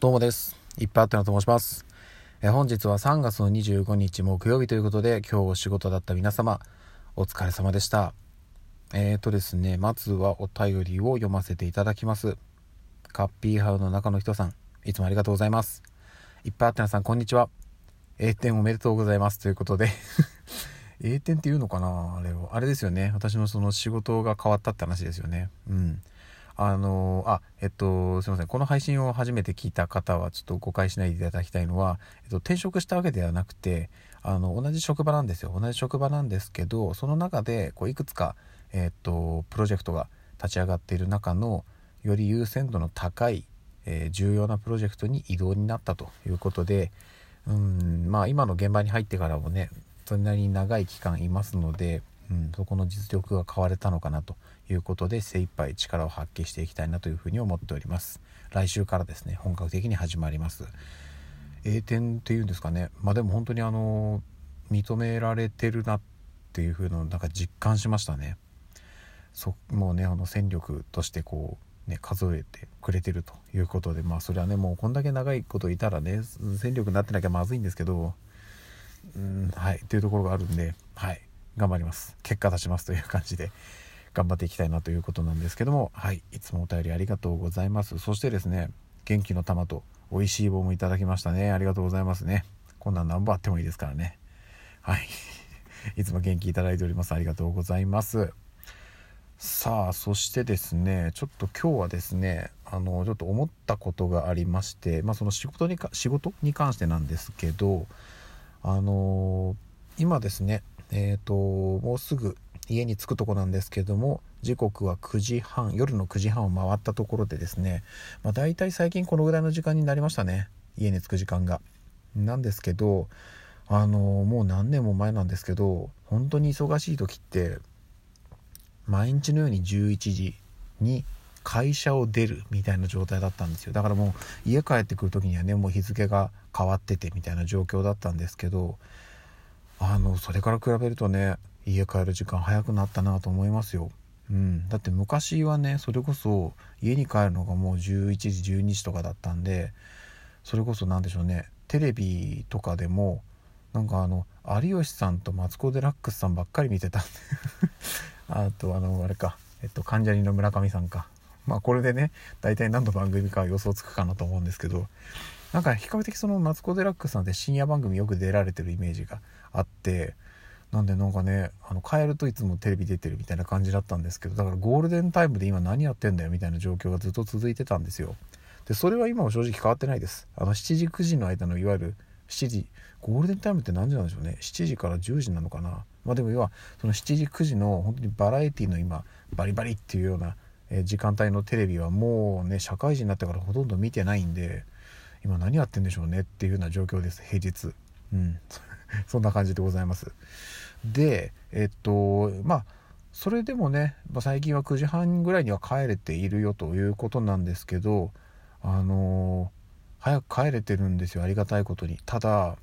どうもです。いっぱいあってなと申します。本日は3月の25日木曜日ということで、今日お仕事だった皆様お疲れ様でした。ですね、まずはお便りを読ませていただきます。カッピーハウの中の人さん、いつもありがとうございます。いっぱいあってなさん、こんにちは。栄転おめでとうございますということで栄転っていうのかな、あれですよね、私のその仕事が変わったって話ですよね。すいません、この配信を初めて聞いた方はちょっと誤解しないでいただきたいのは、転職したわけではなくて、同じ職場なんですよ。同じ職場なんですけど、その中でいくつか、プロジェクトが立ち上がっている中のより優先度の高い、重要なプロジェクトに異動になったということで、今の現場に入ってからもね、それなりに長い期間いますので、そこの実力が買われたのかなということで、精一杯力を発揮していきたいなというふうに思っております。来週からですね、本格的に始まります。栄転っていうんですかね。でも本当に認められてるなっていうふうの実感しましたね。もうね、戦力として数えてくれてるということで、それはね、もうこんだけ長いこといたらね、戦力になってなきゃまずいんですけど、っていうところがあるんで、頑張ります。結果出しますという感じで頑張っていきたいなということなんですけども、いつもお便りありがとうございます。そしてですね、元気の玉と美味しい棒もいただきましたね。ありがとうございますね。こんなん何本あってもいいですからね。いつも元気いただいております。ありがとうございます。さあ、そしてですね、ちょっと今日はですね、ちょっと思ったことがありまして、その仕事に関してなんですけど、今ですね、もうすぐ家に着くとこなんですけども、時刻は夜の9時半を回ったところでですね、だいたい最近このぐらいの時間になりましたね、家に着く時間が。なんですけど、もう何年も前なんですけど、本当に忙しい時って毎日のように11時に会社を出るみたいな状態だったんですよ。だからもう家帰ってくる時にはね、もう日付が変わっててみたいな状況だったんですけど、それから比べるとね、家帰る時間早くなったなと思いますよ。だって昔はね、それこそ家に帰るのがもう11時12時とかだったんで、それこそなんでしょうね、テレビとかでも有吉さんとマツコ・デラックスさんばっかり見てたあとあれか、関ジャニの村上さんか。これでね、大体何の番組か予想つくかなと思うんですけど、比較的そのマツコ・デラックスさんって深夜番組よく出られてるイメージがあって、なんで帰るといつもテレビ出てるみたいな感じだったんですけど、だからゴールデンタイムで今何やってんだよみたいな状況がずっと続いてたんですよ。でそれは今も正直変わってないです。7時9時の間のいわゆる7時、ゴールデンタイムって何時なんでしょうね。7時から10時なのかな。でも要はその7時9時の本当にバラエティの今バリバリっていうような時間帯のテレビはもうね、社会人になってからほとんど見てないんで、今何やってんでしょうねっていうような状況です、平日。そんな感じでございます。でそれでもね、最近は9時半ぐらいには帰れているよということなんですけど、早く帰れてるんですよ、ありがたいことに。ただ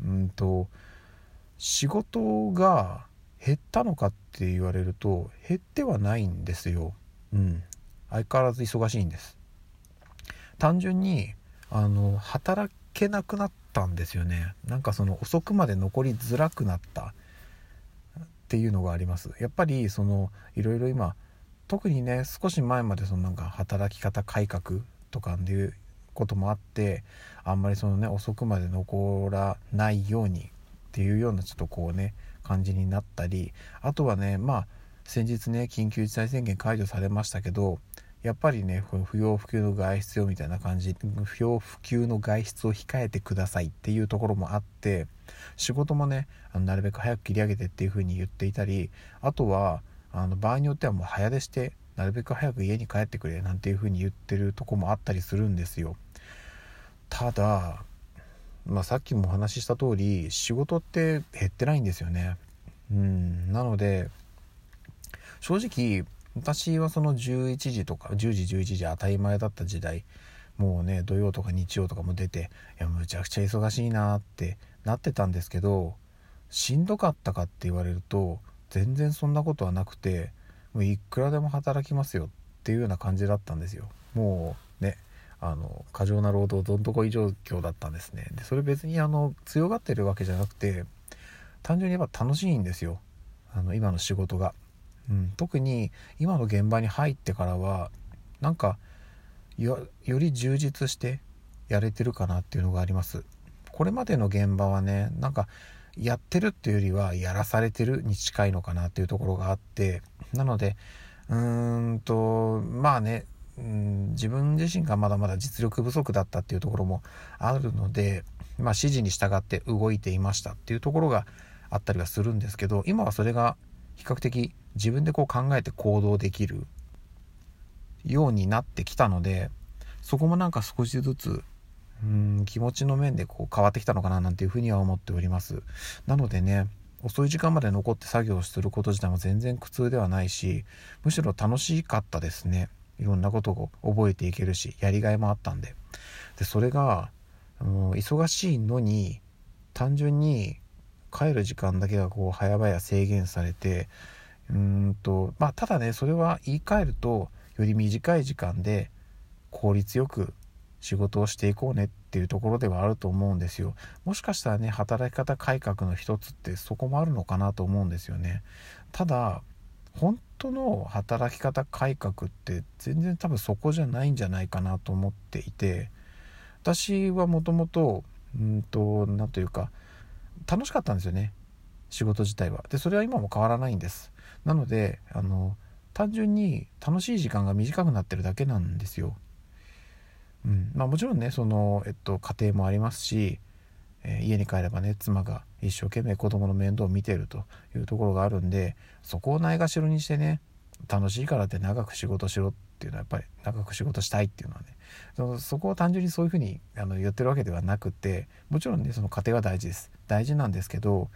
仕事が減ったのかって言われると減ってはないんですよ。相変わらず忙しいんです。単純に働けなくなったんですよね。その遅くまで残りづらくなったっていうのがあります。やっぱりいろいろ今、特にね、少し前まで働き方改革とかっていうこともあって、あんまり遅くまで残らないようにっていうようなちょっと感じになったり、あとはね、先日ね、緊急事態宣言解除されましたけど、やっぱりね、不要不急の外出をみたいな感じ、不要不急の外出を控えてくださいっていうところもあって、仕事もね、なるべく早く切り上げてっていう風に言っていたり、あとは場合によってはもう早出してなるべく早く家に帰ってくれなんていう風に言ってるとこもあったりするんですよ。たださっきもお話しした通り、仕事って減ってないんですよね。なので正直私はその11時とか10時11時当たり前だった時代、もうね、土曜とか日曜とかも出て、いやむちゃくちゃ忙しいなってなってたんですけど、しんどかったかって言われると全然そんなことはなくて、もういくらでも働きますよっていうような感じだったんですよ。もうね、 過剰な労働どんとこい状況だったんですね。でそれ別に強がってるわけじゃなくて、単純にやっぱ楽しいんですよ、今の仕事が。特に今の現場に入ってからはなんかより充実してやれてるかなっていうのがあります。これまでの現場はね、なんかやってるっていうよりはやらされてるに近いのかなっていうところがあって、なのでまあね、自分自身がまだまだ実力不足だったっていうところもあるので、指示に従って動いていましたっていうところがあったりはするんですけど、今はそれが比較的自分でこう考えて行動できるようになってきたので、そこもなんか少しずつ気持ちの面でこう変わってきたのかななんていうふうには思っております。なのでね、遅い時間まで残って作業をすること自体も全然苦痛ではないし、むしろ楽しかったですね。いろんなことを覚えていけるし、やりがいもあったんで。でそれが忙しいのに単純に帰る時間だけがこう早々制限されて、ただね、それは言い換えるとより短い時間で効率よく仕事をしていこうねっていうところではあると思うんですよ。もしかしたらね、働き方改革の一つってそこもあるのかなと思うんですよね。ただ本当の働き方改革って全然多分そこじゃないんじゃないかなと思っていて、私はもともとなんというか楽しかったんですよね、仕事自体は。でそれは今も変わらないんです。なので単純に楽しい時間が短くなってるだけなんですよ。もちろんね、家庭もありますし、家に帰ればね、妻が一生懸命子供の面倒を見ているというところがあるんで、そこをないがしろにしてね、楽しいからって長く仕事しろっていうのは、やっぱり長く仕事したいっていうのはね、そこを単純にそういうふうに言ってるわけではなくて、もちろんね、その家庭は大事です、大事なんですけど、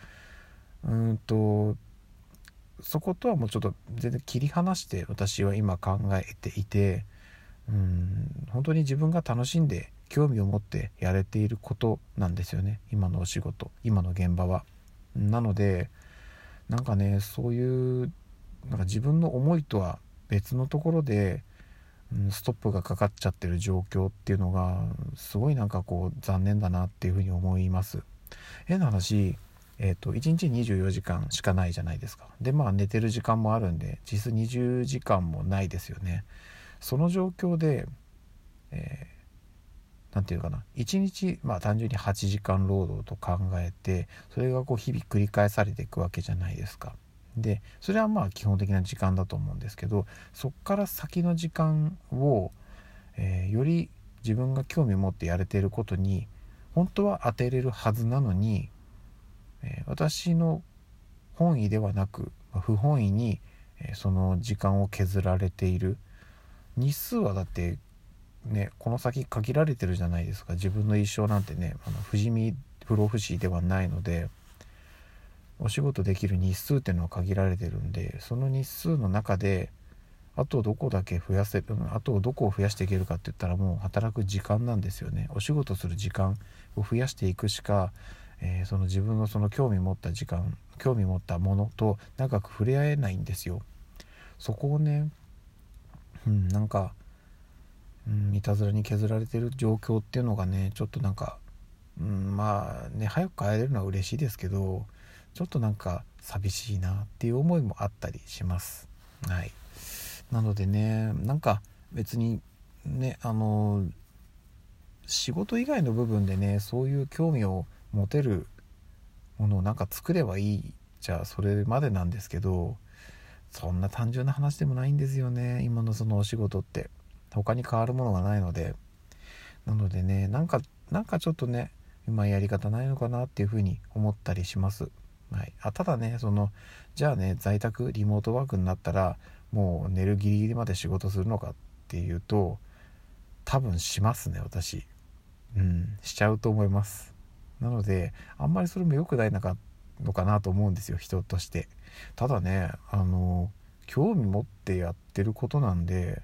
そことはもうちょっと全然切り離して私は今考えていて、本当に自分が楽しんで興味を持ってやれていることなんですよね、今のお仕事、今の現場は。なのでなんかね、そういうなんか自分の思いとは別のところで、ストップがかかっちゃってる状況っていうのがすごいなんかこう残念だなっていうふうに思います。変な話、1日24時間しかないじゃないですか。で寝てる時間もあるんで実質20時間もないですよね。その状況で、なんていうかな、1日単純に8時間労働と考えて、それがこう日々繰り返されていくわけじゃないですか。でそれは基本的な時間だと思うんですけど、そっから先の時間を、より自分が興味を持ってやれていることに本当は当てれるはずなのに、私の本意ではなく不本意に、その時間を削られている。日数はだってね、この先限られてるじゃないですか。自分の一生なんてね、不老不死ではないので、お仕事できる日数っていうのは限られてるんで、その日数の中であとどこを増やしていけるかって言ったら、もう働く時間なんですよね。お仕事する時間を増やしていくしか、その自分のその興味持ったものと長く触れ合えないんですよ。そこをね、なんかいたずらに削られてる状況っていうのがね、ちょっとなんか、早く帰れるのは嬉しいですけど、ちょっとなんか寂しいなっていう思いもあったりします。はい。なのでね、なんか別にね、仕事以外の部分でね、そういう興味を持てるものをなんか作ればいいじゃあそれまでなんですけど、そんな単純な話でもないんですよね、今のそのお仕事って。他に変わるものがないので。なのでね、なんかちょっとね、うまいやり方ないのかなっていうふうに思ったりします。はい。ただね、じゃあね、在宅リモートワークになったらもう寝るギリギリまで仕事するのかっていうと、多分しますね、私。しちゃうと思います。なのであんまりそれも良くないのかなと思うんですよ、人として。ただね、興味持ってやってることなんで、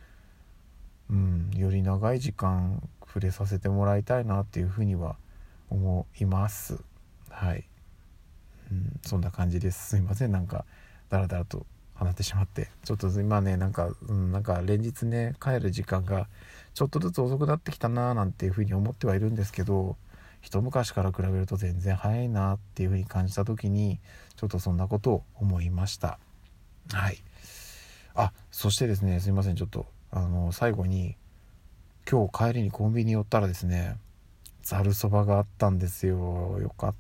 より長い時間触れさせてもらいたいなっていうふうには思います。はい。そんな感じです。すいません、なんかダラダラと放ってしまって、ちょっと今ねなんか連日ね帰る時間がちょっとずつ遅くなってきたななんていうふうに思ってはいるんですけど、一昔から比べると全然早いなっていうふうに感じた時にちょっとそんなことを思いました。はい。そしてですね、すいません、ちょっと最後に、今日帰りにコンビニ寄ったらですね、ざるそばがあったんですよ。よかった。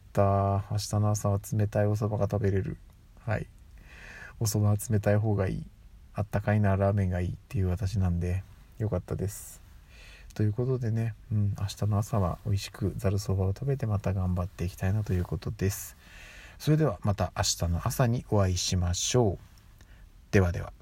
明日の朝は冷たいおそばが食べれる。はい。おそばは冷たい方がいい。あったかいならラーメンがいいっていう私なんでよかったです。ということでね、明日の朝は美味しくざるそばを食べてまた頑張っていきたいなということです。それではまた明日の朝にお会いしましょう。ではでは。